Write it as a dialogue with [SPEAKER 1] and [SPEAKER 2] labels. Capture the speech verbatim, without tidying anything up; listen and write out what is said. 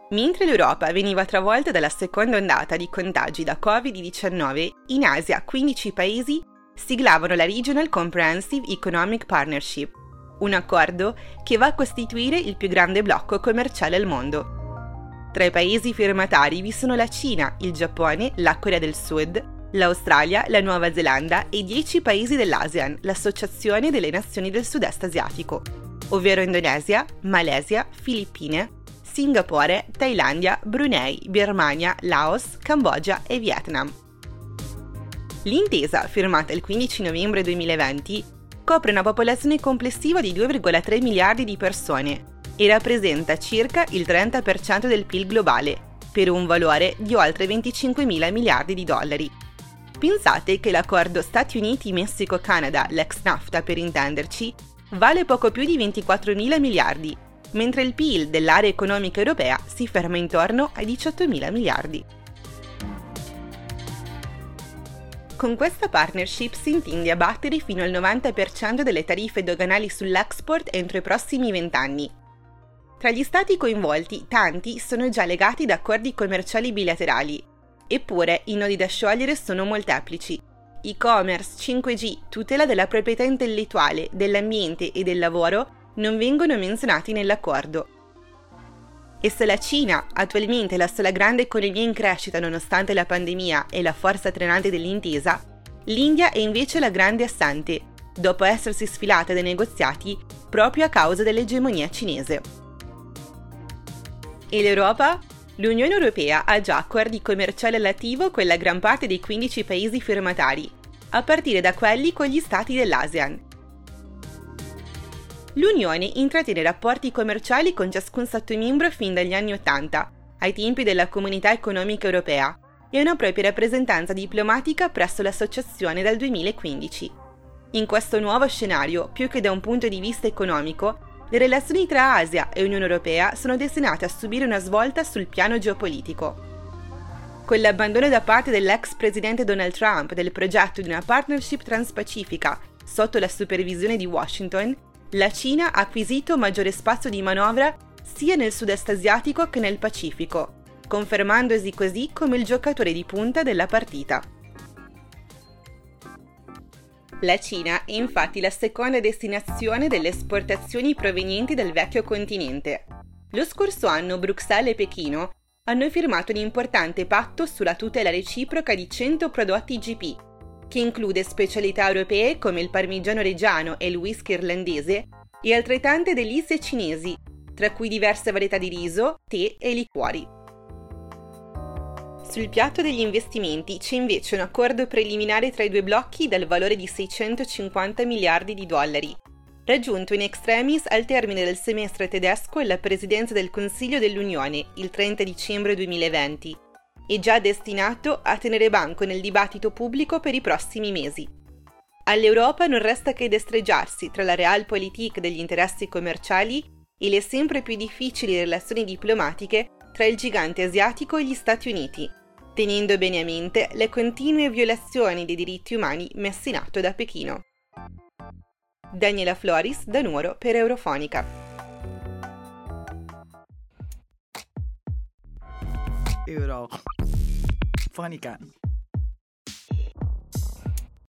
[SPEAKER 1] Mentre l'Europa veniva travolta dalla seconda ondata di contagi da covid diciannove, in Asia quindici paesi siglavano la Regional Comprehensive Economic Partnership, un accordo che va a costituire il più grande blocco commerciale al mondo. Tra i paesi firmatari vi sono la Cina, il Giappone, la Corea del Sud, l'Australia, la Nuova Zelanda e dieci paesi dell'ASEAN, l'Associazione delle Nazioni del Sud-Est Asiatico, ovvero Indonesia, Malesia, Filippine, Singapore, Thailandia, Brunei, Birmania, Laos, Cambogia e Vietnam. L'intesa, firmata il quindici novembre duemilaventi, copre una popolazione complessiva di due virgola tre miliardi di persone e rappresenta circa il trenta per cento del P I L globale, per un valore di oltre venticinquemila miliardi di dollari. Pensate che l'accordo Stati Uniti-Messico-Canada, l'ex NAFTA per intenderci, vale poco più di ventiquattromila miliardi, mentre il P I L dell'area economica europea si ferma intorno ai diciottomila miliardi. Con questa partnership si intende abbattere fino al novanta per cento delle tariffe doganali sull'export entro i prossimi vent'anni. Tra gli stati coinvolti, tanti sono già legati da accordi commerciali bilaterali, eppure i nodi da sciogliere sono molteplici. E-commerce, cinque G, tutela della proprietà intellettuale, dell'ambiente e del lavoro non vengono menzionati nell'accordo. E se la Cina, attualmente la sola grande economia in crescita nonostante la pandemia e la forza trainante dell'intesa, l'India è invece la grande assente, dopo essersi sfilata dai negoziati proprio a causa dell'egemonia cinese. E l'Europa? L'Unione Europea ha già accordi commerciali all'attivo con la gran parte dei quindici paesi firmatari, a partire da quelli con gli stati dell'ASEAN. L'Unione intrattiene rapporti commerciali con ciascun Stato membro fin dagli anni Ottanta, ai tempi della Comunità Economica Europea, e una propria rappresentanza diplomatica presso l'Associazione dal duemilaquindici. In questo nuovo scenario, più che da un punto di vista economico, le relazioni tra Asia e Unione Europea sono destinate a subire una svolta sul piano geopolitico. Con l'abbandono da parte dell'ex presidente Donald Trump del progetto di una partnership transpacifica sotto la supervisione di Washington, la Cina ha acquisito maggiore spazio di manovra sia nel sud-est asiatico che nel Pacifico, confermandosi così come il giocatore di punta della partita. La Cina è infatti la seconda destinazione delle esportazioni provenienti dal vecchio continente. Lo scorso anno Bruxelles e Pechino hanno firmato un importante patto sulla tutela reciproca di cento prodotti G P, che include specialità europee come il parmigiano reggiano e il whisky irlandese e altrettante delizie cinesi, tra cui diverse varietà di riso, tè e liquori. Sul piatto degli investimenti c'è invece un accordo preliminare tra i due blocchi dal valore di seicentocinquanta miliardi di dollari, raggiunto in extremis al termine del semestre tedesco e la Presidenza del Consiglio dell'Unione il trenta dicembre duemilaventi, e già destinato a tenere banco nel dibattito pubblico per i prossimi mesi. All'Europa non resta che destreggiarsi tra la realpolitik degli interessi commerciali e le sempre più difficili relazioni diplomatiche tra il gigante asiatico e gli Stati Uniti, tenendo bene a mente le continue violazioni dei diritti umani messe in atto da Pechino. Daniela Floris, da Nuoro per Eurofonica.
[SPEAKER 2] Eurofonica.